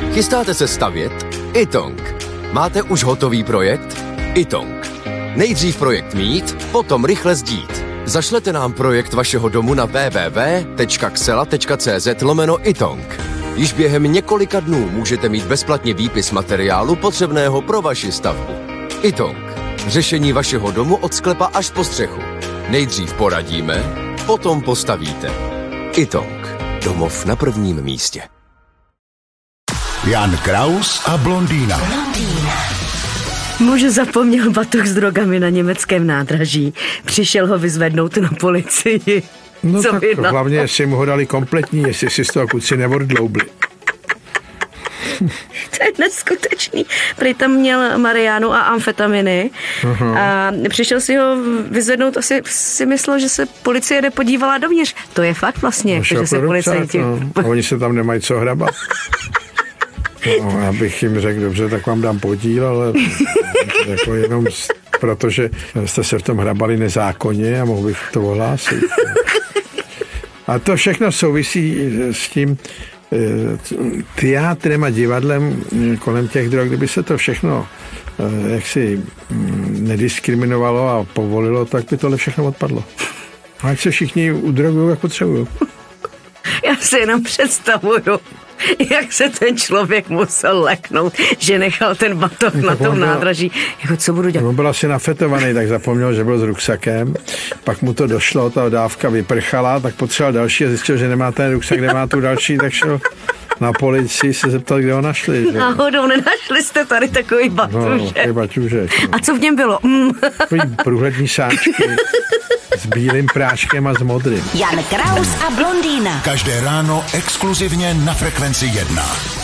Chystáte se stavět? iTong. Máte už hotový projekt? iTong. Nejdřív projekt mít, potom rychle sdít. Zašlete nám projekt vašeho domu na www.xela.cz/iTong. Již během několika dnů můžete mít bezplatně výpis materiálu potřebného pro vaši stavbu. iTong. Řešení vašeho domu od sklepa až po střechu. Nejdřív poradíme, potom postavíte. iTong. Domov na prvním místě. Jan Kraus a blondýna. Muž zapomněl batoh s drogami na německém nádraží. Přišel ho vyzvednout na policii. No tak hlavně, jestli mu ho dali kompletní, jestli si z toho kluci neodloubli. To je neskutečný. Prý tam měl mariánu a amfetaminy. A přišel si ho vyzvednout, asi si myslel, že se policie nepodívala dovnitř. To je fakt vlastně, že se policajti... A oni se tam nemají co hrabat. No, já bych jim řekl, dobře, tak vám dám podíl, ale jako jenom protože jste se v tom hrabali nezákonně a mohl bych to ohlásit. A to všechno souvisí s tím teátrem a divadlem kolem těch drog. Kdyby se to všechno jaksi nediskriminovalo a povolilo, tak by tohle všechno odpadlo. Ať se všichni udrogují, jak potřebují. Já si jenom představuju, jak se ten člověk musel leknout, že nechal ten batoh na tom nádraží. Jako, co budu dělat? On byl asi nafetovaný, tak zapomněl, že byl s ruksakem. Pak mu to došlo, ta dávka vyprchala, tak potřeboval další a zjistil, že nemá ten ruksak, nemá tu další, tak šel na policii se zeptal, kde ho našli. Že? Náhodou nenašli jste tady takový batužek. No, batužek. A co v něm bylo? Takový průhlední sáčky s bílým práškem a s modrým. Jan Kraus a blondýna. Každé ráno exkluzivně na Frekvenci 1.